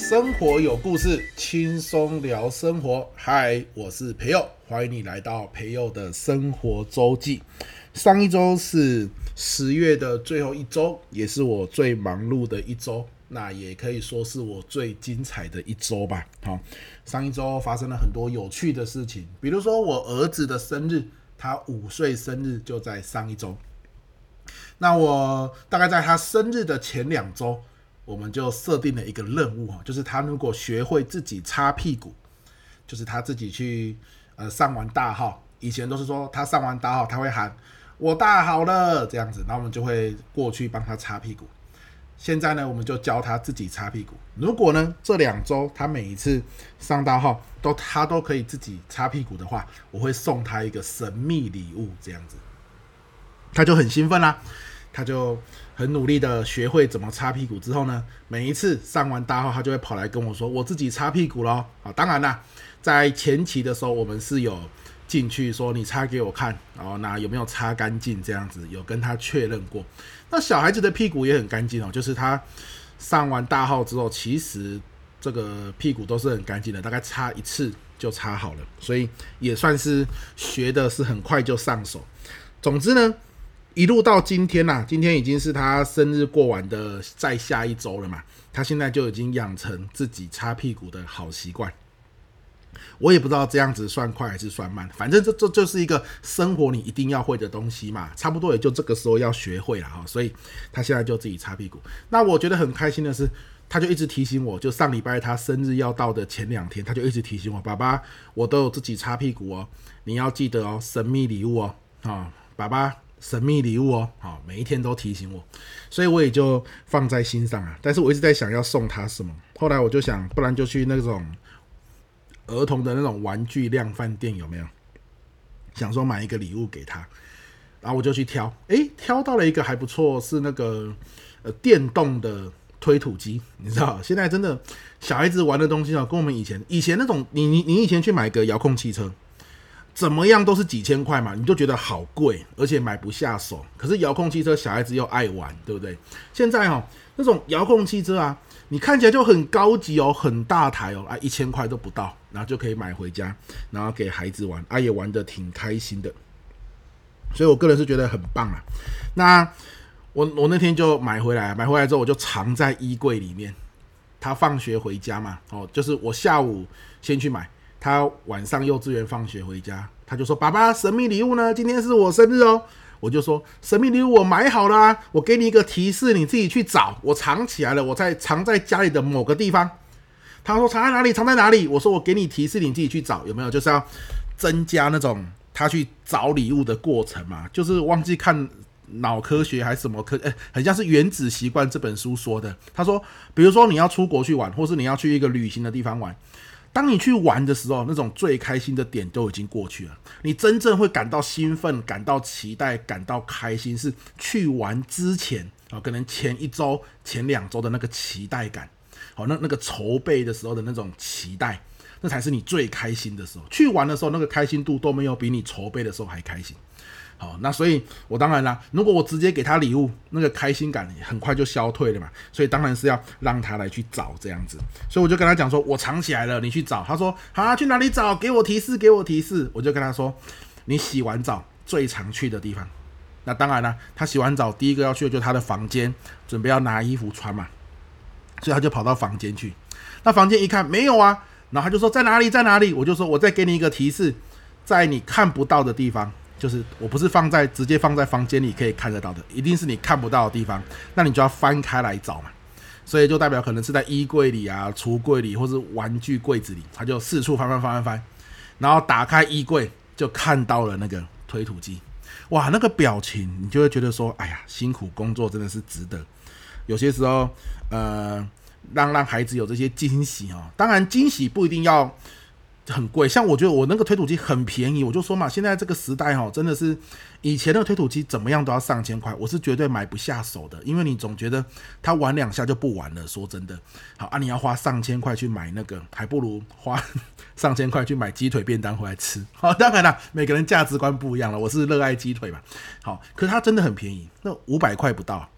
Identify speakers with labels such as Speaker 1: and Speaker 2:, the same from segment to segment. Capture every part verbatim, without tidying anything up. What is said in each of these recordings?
Speaker 1: 生活有故事，轻松聊生活。嗨，我是培佑，欢迎你来到培佑的生活周记。上一周是十月的最后一周，也是我最忙碌的一周，那也可以说是我最精彩的一周吧。好，上一周发生了很多有趣的事情，比如说我儿子的生日，他五岁生日就在上一周。那我大概在他生日的前两周，我们就设定了一个任务，就是他如果学会自己擦屁股，就是他自己去呃上完大号，以前都是说他上完大号他会喊我大好了这样子，然后我们就会过去帮他擦屁股。现在呢，我们就教他自己擦屁股。如果呢这两周他每一次上大号都他都可以自己擦屁股的话，我会送他一个神秘礼物，这样子他就很兴奋啦。他就很努力的学会怎么擦屁股之后呢，每一次上完大号他就会跑来跟我说我自己擦屁股咯。好，当然啦，在前期的时候我们是有进去说你擦给我看，然后那有没有擦干净，这样子有跟他确认过。那小孩子的屁股也很干净哦，就是他上完大号之后其实这个屁股都是很干净的，大概擦一次就擦好了，所以也算是学的是很快就上手。总之呢，一路到今天啊，今天已经是他生日过完的再下一周了嘛，他现在就已经养成自己擦屁股的好习惯。我也不知道这样子算快还是算慢，反正这这就是一个生活你一定要会的东西嘛，差不多也就这个时候要学会了，所以他现在就自己擦屁股。那我觉得很开心的是，他就一直提醒我，就上礼拜他生日要到的前两天，他就一直提醒我，爸爸我都有自己擦屁股哦，你要记得哦，神秘礼物哦，哦爸爸神秘礼物哦，好，每一天都提醒我，所以我也就放在心上啊。但是我一直在想要送他什么，后来我就想，不然就去那种儿童的那种玩具量贩店，有没有？想说买一个礼物给他，然后我就去挑，诶，挑到了一个还不错，是那个呃电动的推土机。你知道，现在真的小孩子玩的东西啊，跟我们以前以前那种，你你你以前去买个遥控汽车，怎么样都是几千块嘛，你就觉得好贵，而且买不下手。可是遥控汽车小孩子又爱玩，对不对？现在哦，那种遥控汽车啊，你看起来就很高级哦，很大台哦，啊，一千块都不到，然后就可以买回家，然后给孩子玩，啊，也玩得挺开心的。所以我个人是觉得很棒啊。那我我那天就买回来，买回来之后我就藏在衣柜里面。他放学回家嘛，哦，就是我下午先去买。他晚上幼稚园放学回家，他就说爸爸，神秘礼物呢？今天是我生日哦。我就说神秘礼物我买好了啊，我给你一个提示，你自己去找，我藏起来了，我在藏在家里的某个地方。他说藏在哪里？藏在哪里？我说我给你提示，你自己去找，有没有？就是要增加那种他去找礼物的过程嘛，就是忘记看脑科学还是什么科，欸，很像是《原子习惯》这本书说的。他说，比如说你要出国去玩，或是你要去一个旅行的地方玩。当你去玩的时候，那种最开心的点都已经过去了，你真正会感到兴奋、感到期待、感到开心，是去玩之前，可能前一周、前两周的那个期待感，那那个筹备的时候的那种期待，那才是你最开心的时候。去玩的时候，那个开心度都没有比你筹备的时候还开心。好，那所以我当然啦，如果我直接给他礼物，那个开心感很快就消退了嘛，所以当然是要让他来去找这样子。所以我就跟他讲说，我藏起来了，你去找。他说啊，去哪里找？给我提示，给我提示。我就跟他说，你洗完澡最常去的地方。那当然啦，他洗完澡第一个要去的就是他的房间，准备要拿衣服穿嘛，所以他就跑到房间去。那房间一看没有啊，然后他就说在哪里，在哪里？我就说我再给你一个提示，在你看不到的地方。就是我不是放在直接放在房间里可以看得到的，一定是你看不到的地方，那你就要翻开来找嘛。所以就代表可能是在衣柜里啊、橱柜里，或是玩具柜子里，他就四处翻翻翻翻翻，然后打开衣柜就看到了那个推土机。哇，那个表情你就会觉得说，哎呀，辛苦工作真的是值得。有些时候，呃，让让孩子有这些惊喜哦，当然惊喜不一定要很贵，像我觉得我那个推土机很便宜，我就说嘛，现在这个时代哦，真的是以前那个推土机怎么样都要上千块，我是绝对买不下手的，因为你总觉得他玩两下就不玩了。说真的，好啊，你要花上千块去买那个，还不如花上千块去买鸡腿便当回来吃。好，当然啦，每个人价值观不一样了，我是热爱鸡腿嘛。好，可是它真的很便宜，那五百块不到。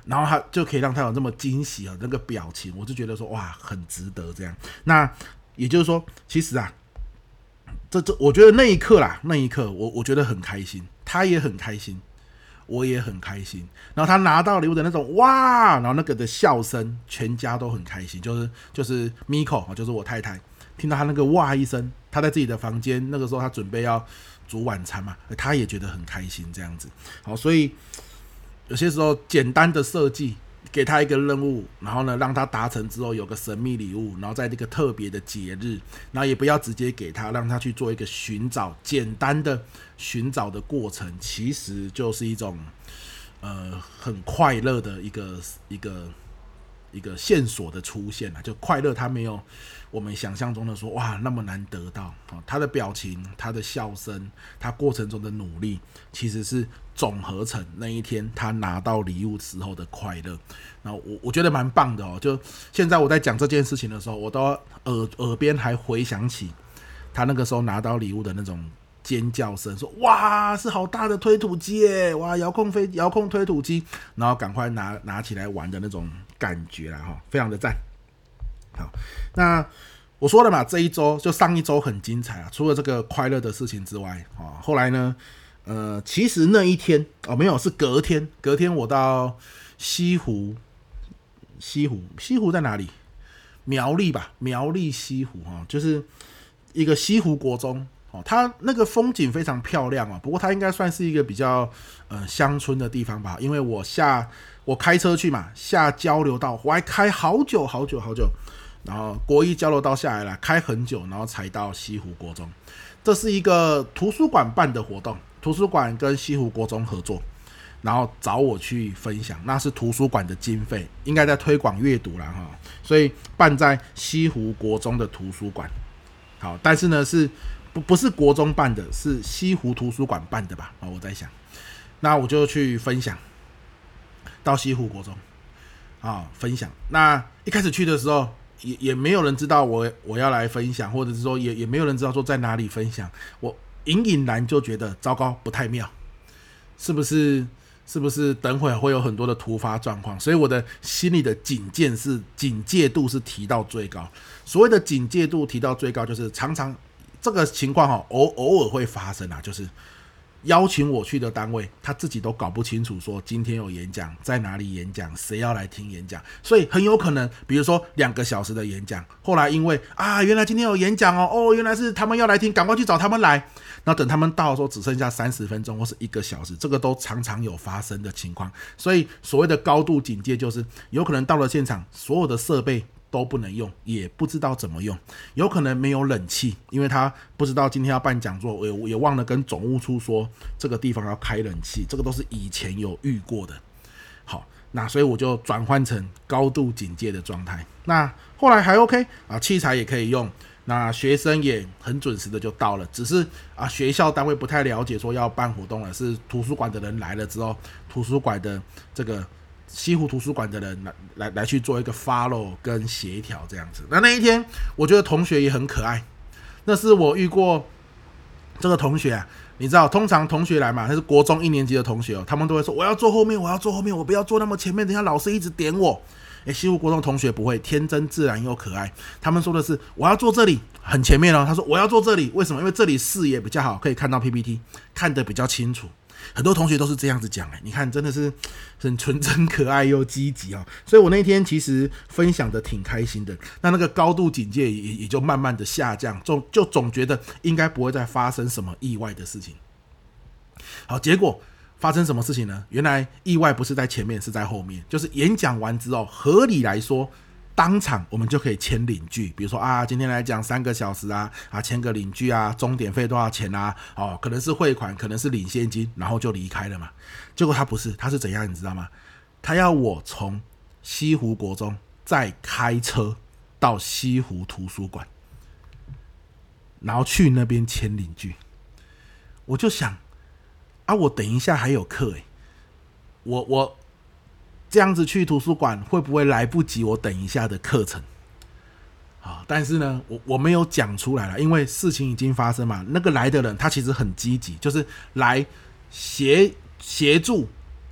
Speaker 1: 然后他就可以让他有这么惊喜啊那个表情，我就觉得说哇很值得这样。那也就是说，其实啊，这这我觉得那一刻啦，那一刻我我觉得很开心，他也很开心，我也很开心。然后他拿到礼物的那种哇，然后那个的笑声，全家都很开心。就是就是 Miko 就是我太太，听到他那个哇一声，他在自己的房间，那个时候他准备要煮晚餐嘛，他也觉得很开心这样子。好，所以有些时候简单的设计，给他一个任务，然后呢让他达成之后有个神秘礼物，然后在这个特别的节日，然后也不要直接给他，让他去做一个寻找，简单的寻找的过程，其实就是一种呃很快乐的一个一个一个线索的出现啊，就快乐他没有我们想象中的说哇那么难得到，他的表情，他的笑声，他过程中的努力，其实是总合成那一天他拿到礼物时候的快乐。然后我我觉得蛮棒的哦，就现在我在讲这件事情的时候，我都耳耳边还回想起他那个时候拿到礼物的那种尖叫声，说哇是好大的推土机耶，哇遥控飞遥控推土机，然后赶快拿拿起来玩的那种感觉啦哈，非常的赞。好，那我说了嘛，这一周就上一周很精彩啊，除了这个快乐的事情之外，哦，后来呢，呃，其实那一天哦没有，是隔天，隔天我到西湖，西湖西湖在哪里？苗栗吧，苗栗西湖哈，就是一个西湖国中。哦，它那个风景非常漂亮啊，不过它应该算是一个比较呃乡村的地方吧，因为我下我开车去嘛，下交流道我还开好久好久好久，然后国一交流道下来了，开很久，然后才到西湖国中。这是一个图书馆办的活动，图书馆跟西湖国中合作，然后找我去分享，那是图书馆的经费，应该在推广阅读啦哈，所以办在西湖国中的图书馆。好，但是呢是。不, 不是国中办的，是西湖图书馆办的吧？我在想，那我就去分享到西湖国中啊，分享。那一开始去的时候，也也没有人知道我我要来分享，或者是说也也没有人知道说在哪里分享。我隐隐然就觉得糟糕，不太妙，是不是？是不是等会会有很多的突发状况？所以我的心里的警戒是警戒度是提到最高。所谓的警戒度提到最高，就是常常。这个情况哦，偶偶尔会发生啊，就是邀请我去的单位，他自己都搞不清楚说今天有演讲，在哪里演讲，谁要来听演讲，所以很有可能，比如说两个小时的演讲，后来因为啊，原来今天有演讲哦，哦，原来是他们要来听，赶快去找他们来，然后等他们到的时候只剩下三十分钟或是一个小时，这个都常常有发生的情况，所以所谓的高度警戒就是有可能到了现场，所有的设备。都不能用，也不知道怎么用，有可能没有冷气，因为他不知道今天要办讲座，也也忘了跟总务处说这个地方要开冷气，这个都是以前有遇过的。好，那所以我就转换成高度警戒的状态。那后来还 OK 啊，器材也可以用，那学生也很准时的就到了，只是啊学校单位不太了解说要办活动了，是图书馆的人来了之后，图书馆的这个。西湖图书馆的人 来, 来, 来去做一个 follow 跟协调这样子。那那一天我觉得同学也很可爱，那是我遇过这个同学啊，你知道通常同学来嘛，他是国中一年级的同学哦，他们都会说我要坐后面，我要坐后面，我不要坐那么前面，等一下老师一直点我。诶，西湖国中同学不会，天真自然又可爱，他们说的是我要坐这里，很前面哦，他说我要坐这里，为什么？因为这里视野比较好，可以看到 P P T， 看得比较清楚。很多同学都是这样子讲，哎，你看真的是很纯真可爱又积极哦，所以我那天其实分享的挺开心的。那那个高度警戒 也, 也就慢慢的下降，就就总觉得应该不会再发生什么意外的事情。好，结果发生什么事情呢？原来意外不是在前面，是在后面。就是演讲完之后，合理来说。当场我们就可以签领据，比如说啊，今天来讲三个小时啊，啊签个领据啊，钟点费多少钱啊？哦，可能是汇款，可能是领现金，然后就离开了嘛。结果他不是，他是怎样，你知道吗？他要我从西湖国中再开车到西湖图书馆，然后去那边签领据。我就想啊，我等一下还有课诶，我我。这样子去图书馆会不会来不及我等一下的课程？好，但是呢，我我没有讲出来了，因为事情已经发生嘛。那个来的人他其实很积极，就是来协协助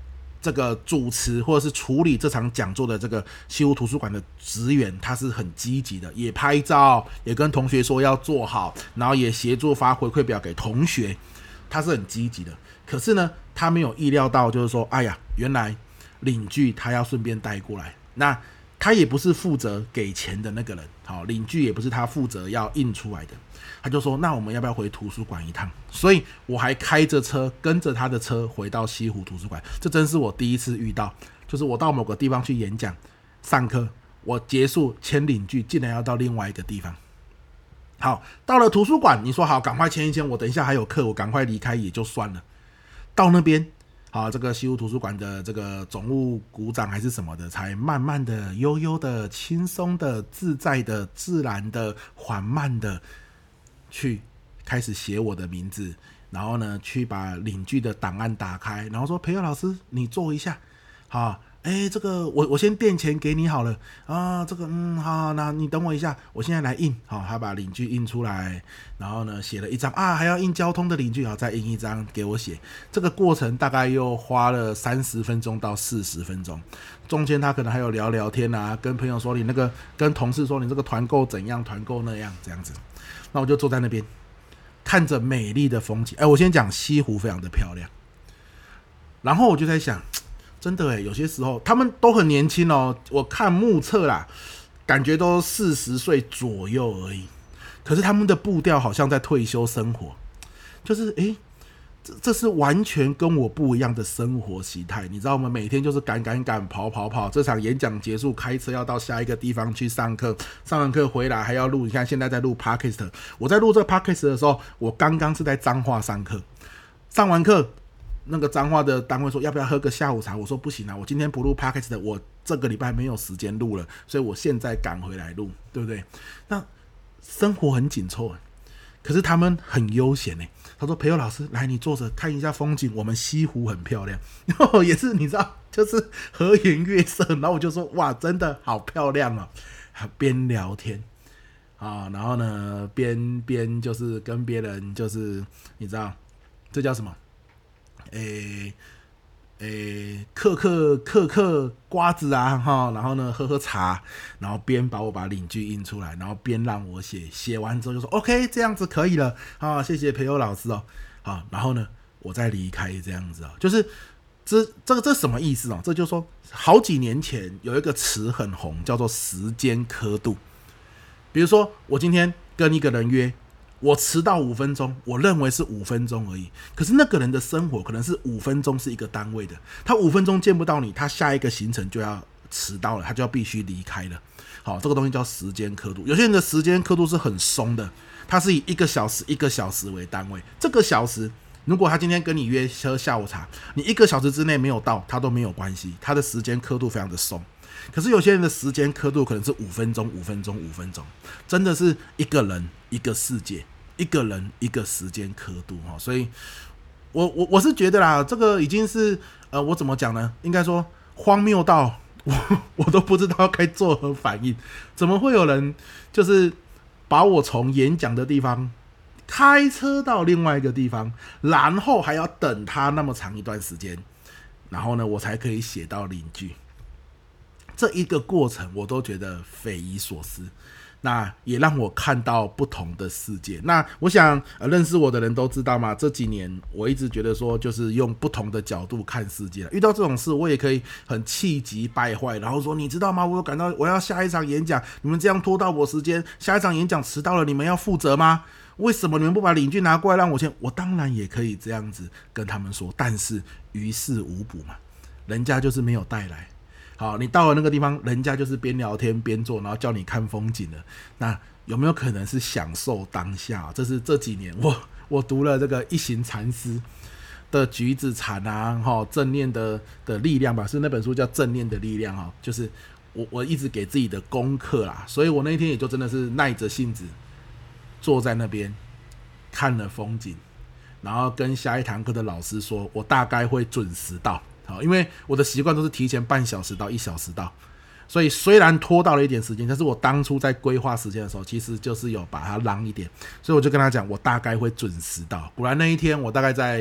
Speaker 1: 这个主持或者是处理这场讲座的这个西湖图书馆的职员，他是很积极的，也拍照，也跟同学说要做好，然后也协助发回馈表给同学，他是很积极的。可是呢，他没有意料到，就是说，哎呀，原来领据他要顺便带过来，那他也不是负责给钱的那个人，好，领据也不是他负责要印出来的。他就说，那我们要不要回图书馆一趟？所以我还开着车跟着他的车回到西湖图书馆。这真是我第一次遇到，就是我到某个地方去演讲上课，我结束签领据竟然要到另外一个地方。好，到了图书馆，你说好赶快签一签，我等一下还有课，我赶快离开也就算了。到那边好，这个西湖图书馆的这个总务股长还是什么的，才慢慢的、悠悠的、轻松的、自在的、自然的、缓慢的去开始写我的名字，然后呢，去把领据的档案打开，然后说：“培佑老师，你坐一下。”好，哎，这个我我先垫钱给你好了啊，这个嗯好，那你等我一下，我现在来印。好，他把领据印出来，然后呢写了一张啊，还要印交通的领据，好，再印一张给我写。这个过程大概又花了三十分钟到四十分钟，中间他可能还有聊聊天啊，跟朋友说你那个，跟同事说你这个团购怎样，团购那样这样子。那我就坐在那边看着美丽的风景。哎，我先讲西湖非常的漂亮，然后我就在想，真的哎，有些时候他们都很年轻哦，我看目测啦，感觉都四十岁左右而已。可是他们的步调好像在退休生活，就是哎，这这是完全跟我不一样的生活形态。你知道我们每天就是赶赶赶跑跑跑，这场演讲结束开车要到下一个地方去上课，上完课回来还要录。你看现在在录 podcast， 我在录这个 podcast 的时候，我刚刚是在彰化上课，上完课那个彰化的单位说要不要喝个下午茶，我说不行啊，我今天不录 podcast 的，我这个礼拜没有时间录了，所以我现在赶回来录，对不对？那生活很紧凑，可是他们很悠闲耶。他说：“培佑老师，来你坐着看一下风景，我们西湖很漂亮。”然后也是你知道，就是和颜悦色。然后我就说：“哇，真的好漂亮哦！”边聊天啊，然后呢，边边就是跟别人就是你知道，这叫什么？诶。诶，嗑嗑嗑嗑瓜子啊，哈，然后呢喝喝茶，然后边把我把领据印出来，然后边让我写，写完之后就说 OK， 这样子可以了，啊，谢谢培佑老师哦，好，然后呢我再离开这样子哦，就是这这个这什么意思哦？这就是说好几年前有一个词很红，叫做时间刻度。比如说我今天跟一个人约。我迟到五分钟，我认为是五分钟而已。可是那个人的生活可能是五分钟是一个单位的，他五分钟见不到你，他下一个行程就要迟到了，他就要必须离开了。好，这个东西叫时间刻度。有些人的时间刻度是很松的，他是以一个小时一个小时为单位。这个小时，如果他今天跟你约喝下午茶，你一个小时之内没有到，他都没有关系，他的时间刻度非常的松。可是有些人的时间刻度可能是五分钟、五分钟、五分钟，真的是一个人一个世界，一个人一个时间刻度哈。所以我，我我我是觉得啦，这个已经是呃，我怎么讲呢？应该说荒谬到我我都不知道该作何反应。怎么会有人就是把我从演讲的地方开车到另外一个地方，然后还要等他那么长一段时间，然后呢，我才可以写到领据。这一个过程我都觉得匪夷所思，那也让我看到不同的世界。那我想、呃、认识我的人都知道嘛，这几年我一直觉得说就是用不同的角度看世界，遇到这种事我也可以很气急败坏，然后说你知道吗，我有感到我要下一场演讲，你们这样拖到我时间，下一场演讲迟到了，你们要负责吗？为什么你们不把领据拿过来让我签？我当然也可以这样子跟他们说，但是于事无补嘛，人家就是没有带来。好，你到了那个地方，人家就是边聊天边做，然后叫你看风景的。那有没有可能是享受当下？这是这几年我我读了这个一行禅师的橘子禅啊，哈，正念的的力量吧，是那本书叫《正念的力量》哈，就是我我一直给自己的功课啦，所以我那天也就真的是耐着性子坐在那边看了风景，然后跟下一堂课的老师说，我大概会准时到。好，因为我的习惯都是提前半小时到一小时到，所以虽然拖到了一点时间，但是我当初在规划时间的时候，其实就是有把它让一点，所以我就跟他讲，我大概会准时到。果然那一天，我大概在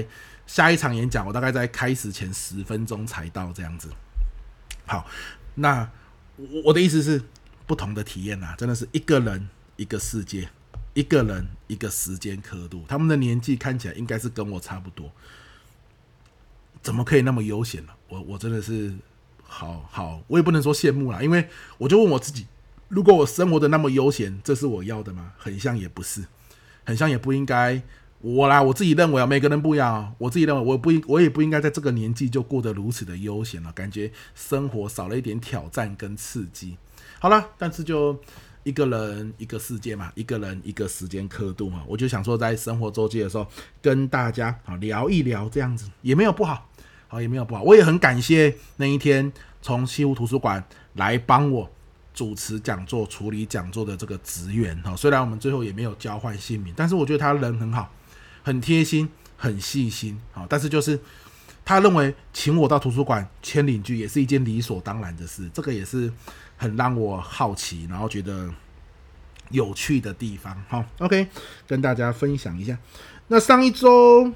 Speaker 1: 下一场演讲我大概在开始前十分钟才到这样子。好，那我的意思是不同的体验啊，真的是一个人一个世界，一个人一个时间刻度，他们的年纪看起来应该是跟我差不多，怎么可以那么悠闲呢？我我真的是好好，我也不能说羡慕啦，因为我就问我自己，如果我生活的那么悠闲，这是我要的吗？很像也不是，很像也不应该。我啦，我自己认为啊，每个人不一样啊。我自己认为，我不我也不应该在这个年纪就过得如此的悠闲了，感觉生活少了一点挑战跟刺激。好了，但是就一个人一个世界嘛，一个人一个时间刻度嘛，我就想说，在生活周记的时候跟大家好聊一聊，这样子也没有不好，好也没有不好。我也很感谢那一天从西湖图书馆来帮我主持讲座、处理讲座的这个职员哈，虽然我们最后也没有交换姓名，但是我觉得他人很好。很贴心，很细心，但是就是他认为请我到图书馆签领据也是一件理所当然的事，这个也是很让我好奇，然后觉得有趣的地方。好 ，OK， 跟大家分享一下。那上一周，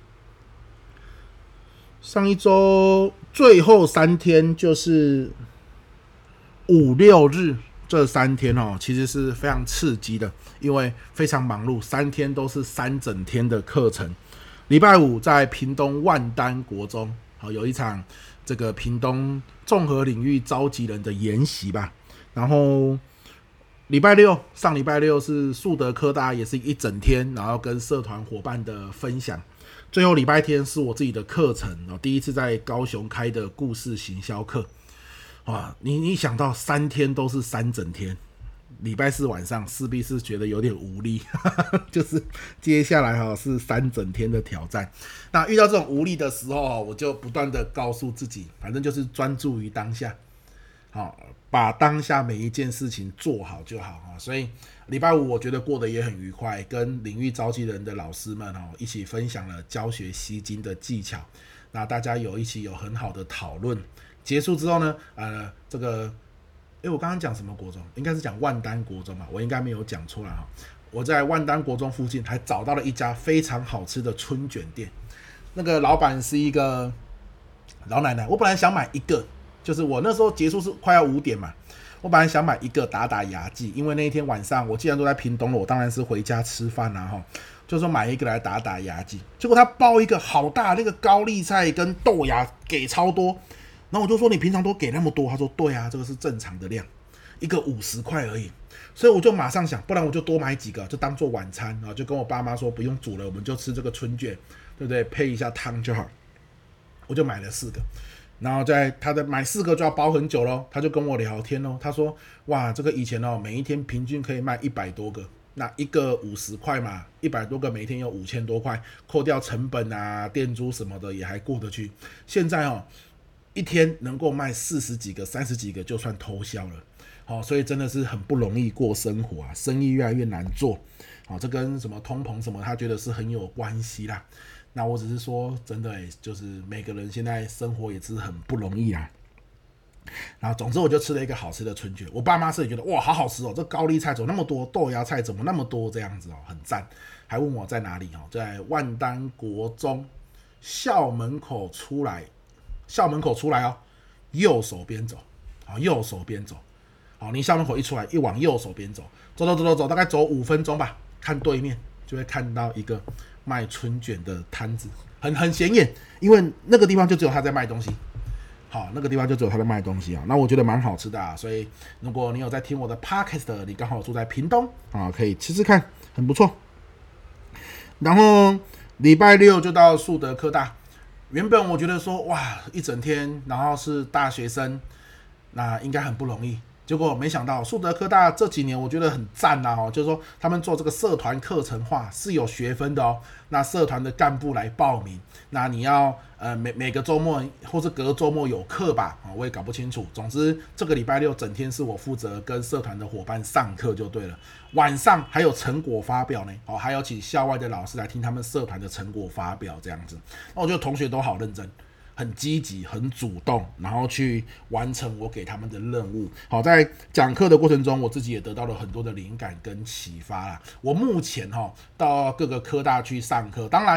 Speaker 1: 上一周最后三天就是五六日。这三天哦，其实是非常刺激的，因为非常忙碌，三天都是三整天的课程。礼拜五在屏东万丹国中，好有一场这个屏东综合领域召集人的研习吧。然后礼拜六，上礼拜六是树德科大，也是一整天，然后跟社团伙伴的分享。最后礼拜天是我自己的课程，第一次在高雄开的故事行销课。哇，你你想到三天都是三整天，礼拜四晚上势必是觉得有点无力，就是接下来哈是三整天的挑战。那遇到这种无力的时候，我就不断的告诉自己，反正就是专注于当下，好，把当下每一件事情做好就好。所以礼拜五我觉得过得也很愉快，跟领域召集人的老师们一起分享了教学吸睛的技巧，那大家有一起有很好的讨论。结束之后呢，呃，这个，诶，我刚刚讲什么国中？应该是讲万丹国中吧，我应该没有讲错了哈。我在万丹国中附近还找到了一家非常好吃的春卷店，那个老板是一个老奶奶。我本来想买一个，就是我那时候结束是快要五点嘛，我本来想买一个打打牙祭，因为那一天晚上我既然都在屏东了，我当然是回家吃饭啊哈，就说买一个来打打牙祭。结果他包一个好大那个高丽菜跟豆芽给超多。然后我就说你平常都给那么多，他说对啊，这个是正常的量，一个五十块而已。所以我就马上想，不然我就多买几个，就当做晚餐，然后就跟我爸妈说不用煮了，我们就吃这个春卷，对不对？配一下汤就好。我就买了四个，然后在他的买四个就要包很久咯，他就跟我聊天咯，他说哇，这个以前哦，每一天平均可以卖一百多个，那一个五十块嘛，一百多个每天有五千多块，扣掉成本啊、店租什么的也还过得去。现在哦。一天能够卖四十几个、三十几个就算偷销了，好，所以真的是很不容易过生活啊，生意越来越难做，好，这跟什么通膨什么，他觉得是很有关系啦。那我只是说，真的、欸，就是每个人现在生活也是很不容易啦。然后，总之我就吃了一个好吃的春卷，我爸妈是也觉得哇，好好吃哦，这高丽菜怎么那么多，豆芽菜怎么那么多，这样子哦，很赞，还问我在哪里哦，在万丹国中校门口出来。校门口出来哦，右手边走，好，右手边走，好，你校门口一出来，一往右手边走，走走走走走，大概走五分钟吧，看对面就会看到一个卖春卷的摊子，很很显眼，因为那个地方就只有他在卖东西，好，那个地方就只有他在卖东西啊，那我觉得蛮好吃的啊，所以如果你有在听我的 podcast， 你刚好住在屏东啊，可以吃吃看，很不错。然后礼拜六就到树德科大。原本我觉得说哇一整天，然后是大学生，那应该很不容易。结果没想到树德科大这几年我觉得很赞啊，就是说他们做这个社团课程化是有学分的哦。那社团的干部来报名，那你要呃每每个周末或是隔周末有课吧，我也搞不清楚。总之这个礼拜六整天是我负责跟社团的伙伴上课就对了。晚上还有成果发表呢，哦，还有请校外的老师来听他们社团的成果发表这样子。那我觉得同学都好认真。很积极、很主动，然后去完成我给他们的任务。好，在讲课的过程中，我自己也得到了很多的灵感跟启发啦。我目前哈到各个科大去上课，当然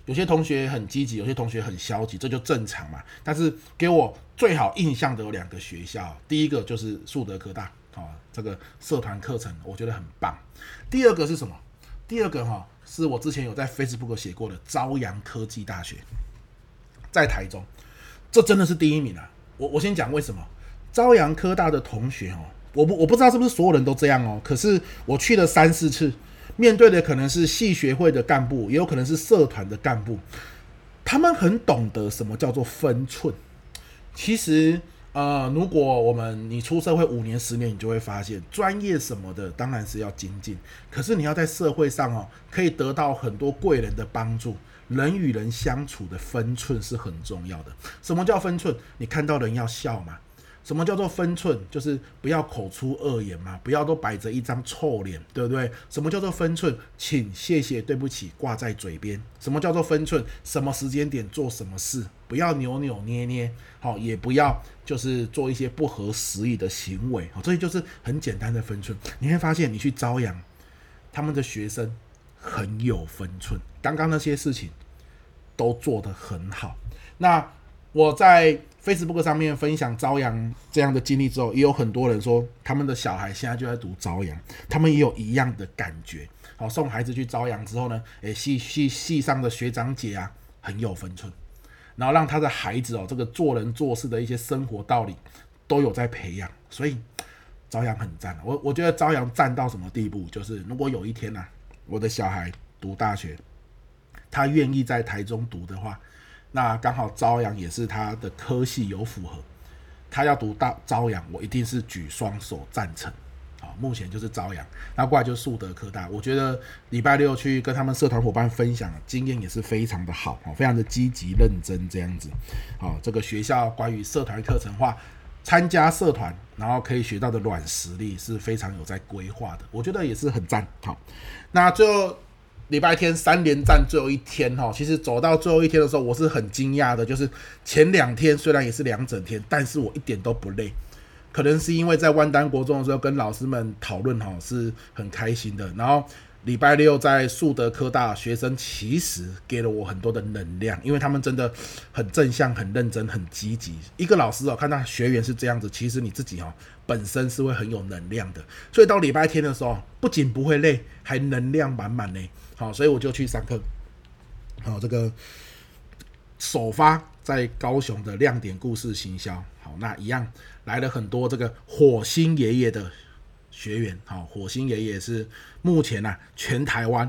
Speaker 1: 有些同学很积极，有些同学很消极，这就正常嘛。但是给我最好印象的有两个学校，第一个就是树德科大，哦，这个社团课程我觉得很棒。第二个是什么？第二个哈、哦、是我之前有在 Facebook 写过的朝阳科技大学，在台中，这真的是第一名啊！我我先讲为什么。朝阳科大的同学哦，我不我不知道是不是所有人都这样哦，可是我去了三四次，面对的可能是系学会的干部，也有可能是社团的干部，他们很懂得什么叫做分寸。其实呃，如果我们你出社会五年十年，你就会发现专业什么的当然是要精进，可是你要在社会上哦，可以得到很多贵人的帮助。人与人相处的分寸是很重要的。什么叫分寸？你看到人要笑嘛。什么叫做分寸？就是不要口出恶言嘛，不要都摆着一张臭脸，对不对？什么叫做分寸？请、谢谢、对不起挂在嘴边。什么叫做分寸？什么时间点做什么事，不要扭扭捏捏，好，也不要就是做一些不合时宜的行为，好，这些就是很简单的分寸。你会发现，你去朝阳，他们的学生很有分寸，刚刚那些事情都做得很好。那我在Facebook 上面分享朝阳这样的经历之后，也有很多人说他们的小孩现在就在读朝阳，他们也有一样的感觉。好，送孩子去朝阳之后呢，诶，系系系上的学长姐啊很有分寸，然后让他的孩子哦，这个做人做事的一些生活道理都有在培养，所以朝阳很赞。我我觉得朝阳赞到什么地步，就是如果有一天啊，我的小孩读大学，他愿意在台中读的话，那刚好朝阳也是他的科系有符合，他要读大朝阳，我一定是举双手赞成。好，目前就是朝阳，那过来就是树德科大。我觉得礼拜六去跟他们社团伙伴分享，经验也是非常的好，非常的积极认真这样子。好，这个学校关于社团课程化，参加社团然后可以学到的软实力是非常有在规划的，我觉得也是很赞。好，那最后礼拜天三连战最后一天，其实走到最后一天的时候，我是很惊讶的，就是前两天虽然也是两整天，但是我一点都不累，可能是因为在万丹国中的时候跟老师们讨论是很开心的，然后礼拜六在树德科大，学生其实给了我很多的能量，因为他们真的很正向、很认真、很积极。一个老师哦，看到学员是这样子，其实你自己哦本身是会很有能量的，所以到礼拜天的时候，不仅不会累，还能量满满呢。好，所以我就去上课。好，这个首发在高雄的亮点故事行销，好，那一样来了很多这个火星爷爷的学员。好，火星爷爷是目前啊全台湾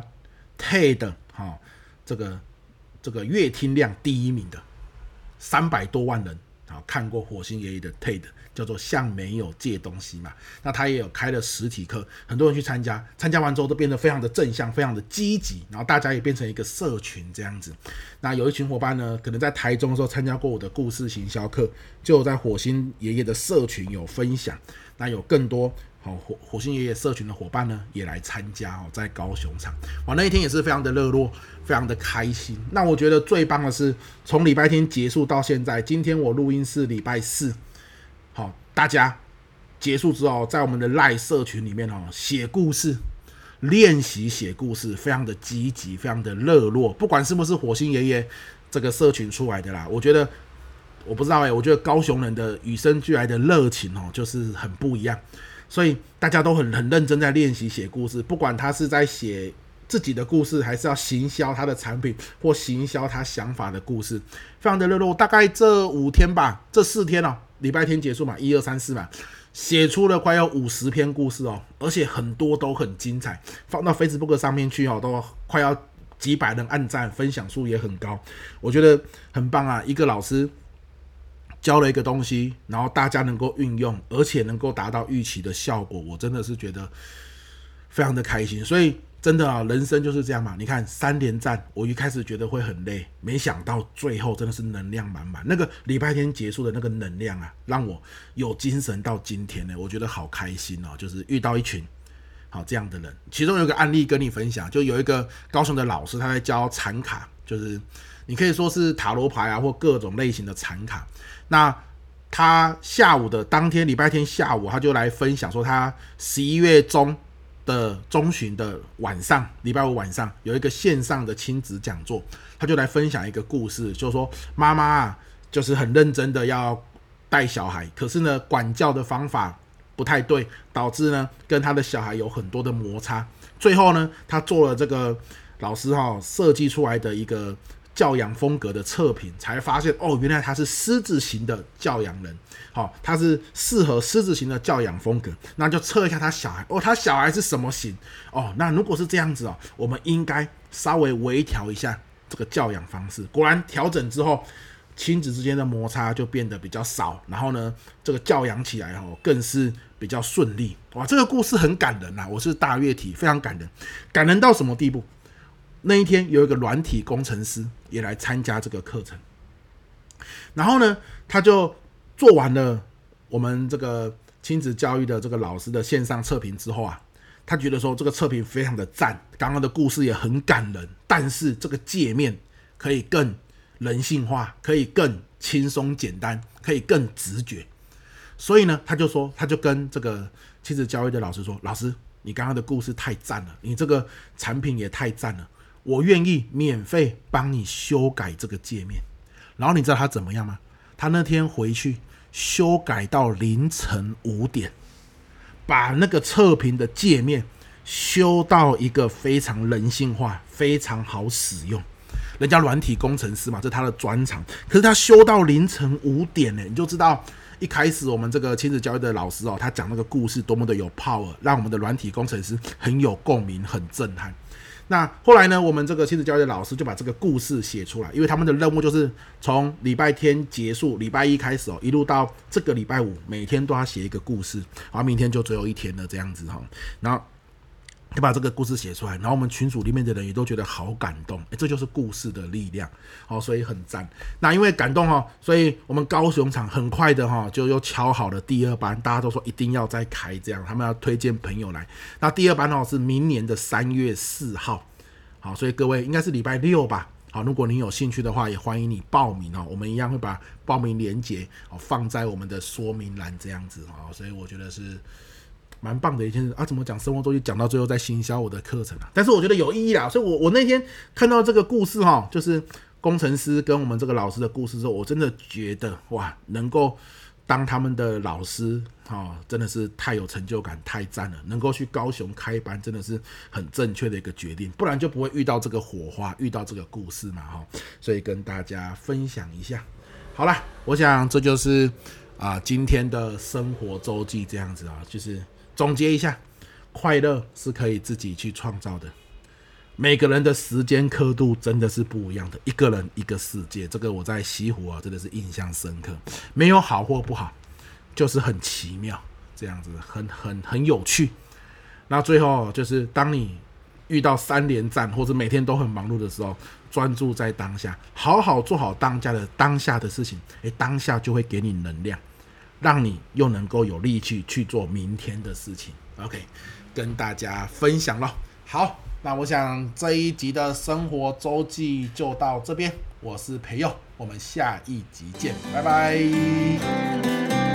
Speaker 1: T E D 好这个这个阅听量第一名的，三百多万人好看过火星爷爷的 T E D， 叫做向没有借东西嘛。那他也有开了实体课，很多人去参加，参加完之后都变得非常的正向，非常的积极，然后大家也变成一个社群这样子。那有一群伙伴呢，可能在台中的时候参加过我的故事行销课，就有在火星爷爷的社群有分享。那有更多好火火星爷爷社群的伙伴呢，也来参加哦，在高雄场，哇，那一天也是非常的热络，非常的开心。那我觉得最棒的是，从礼拜天结束到现在，今天我录音是礼拜四，好，大家结束之后，在我们的 LINE 社群里面哦，写故事，练习写故事，非常的积极，非常的热络。不管是不是火星爷爷这个社群出来的啦，我觉得我不知道哎、欸，我觉得高雄人的与生俱来的热情哦，就是很不一样。所以大家都很很认真在练习写故事，不管他是在写自己的故事，还是要行销他的产品或行销他想法的故事，非常的热络。大概这五天吧，这四天哦，礼拜天结束嘛，一二三四嘛，写出了快要五十篇故事哦，而且很多都很精彩，放到 Facebook 上面去哦，都快要几百人按赞，分享数也很高，我觉得很棒啊！一个老师教了一个东西，然后大家能够运用，而且能够达到预期的效果，我真的是觉得非常的开心。所以真的啊，人生就是这样嘛。你看三连战，我一开始觉得会很累，没想到最后真的是能量满满。那个礼拜天结束的那个能量啊，让我有精神到今天呢，我觉得好开心哦。就是遇到一群好这样的人，其中有一个案例跟你分享，就有一个高雄的老师，他在教禅卡，就是你可以说是塔罗牌啊，或各种类型的禅卡。那他下午的当天礼拜天下午，他就来分享说，他十一月中的中旬的晚上，礼拜五晚上有一个线上的亲子讲座，他就来分享一个故事，就是说妈妈啊，就是很认真的要带小孩，可是呢，管教的方法不太对，导致呢跟他的小孩有很多的摩擦。最后呢，他做了这个老师哈、哦、设计出来的一个教养风格的测评，才发现哦，原来他是狮子型的教养人，好、哦，他是适合狮子型的教养风格。那就测一下他小孩哦，他小孩是什么型哦？那如果是这样子哦，我们应该稍微微调一下这个教养方式。果然调整之后，亲子之间的摩擦就变得比较少，然后呢，这个教养起来哦更是比较顺利。哇，这个故事很感人啊！我是大乐体，非常感人，感人到什么地步？那一天有一个软体工程师也来参加这个课程，然后呢，他就做完了我们这个亲子教育的这个老师的线上测评之后啊，他觉得说这个测评非常的赞，刚刚的故事也很感人，但是这个界面可以更人性化，可以更轻松简单，可以更直觉。所以呢，他就说，他就跟这个亲子教育的老师说，老师，你刚刚的故事太赞了，你这个产品也太赞了，我愿意免费帮你修改这个界面。然后你知道他怎么样吗？他那天回去修改到凌晨五点，把那个测评的界面修到一个非常人性化，非常好使用。人家软体工程师嘛，这是他的专长，可是他修到凌晨五点呢，你就知道一开始我们这个亲子教育的老师哦，他讲那个故事多么的有 power， 让我们的软体工程师很有共鸣，很震撼。那后来呢，我们这个亲子教育的老师就把这个故事写出来，因为他们的任务就是从礼拜天结束，礼拜一开始哦，一路到这个礼拜五，每天都要写一个故事，然后明天就最后一天了这样子哈，然后就把这个故事写出来，然后我们群组里面的人也都觉得好感动，诶，这就是故事的力量，好，所以很赞。那因为感动哈，所以我们高雄场很快的哈就又敲好了第二班，大家都说一定要再开，这样他们要推荐朋友来。那第二班哦是明年的三月四号，好，所以各位应该是礼拜六吧。好，如果你有兴趣的话，也欢迎你报名哦。我们一样会把报名链接放在我们的说明栏这样子哦，所以我觉得是蛮棒的一件事啊！怎么讲生活周期讲到最后在行销我的课程啊？但是我觉得有意义啦，所以我我那天看到这个故事哈，就是工程师跟我们这个老师的故事之后，我真的觉得哇，能够当他们的老师哈，真的是太有成就感，太赞了！能够去高雄开班，真的是很正确的一个决定，不然就不会遇到这个火花，遇到这个故事嘛哈。所以跟大家分享一下。好啦，我想这就是啊、呃、今天的生活周记这样子啊，就是总结一下，快乐是可以自己去创造的。每个人的时间刻度真的是不一样的，一个人一个世界。这个我在西湖啊，真的是印象深刻。没有好或不好，就是很奇妙，这样子很很很有趣。那最后就是当你遇到三连战或者每天都很忙碌的时候，专注在当下，好好做好当下的当下的事情，诶，当下就会给你能量，让你又能够有力气去做明天的事情。 OK， 跟大家分享咯。好，那我想这一集的生活周记就到这边，我是培佑，我们下一集见，拜拜。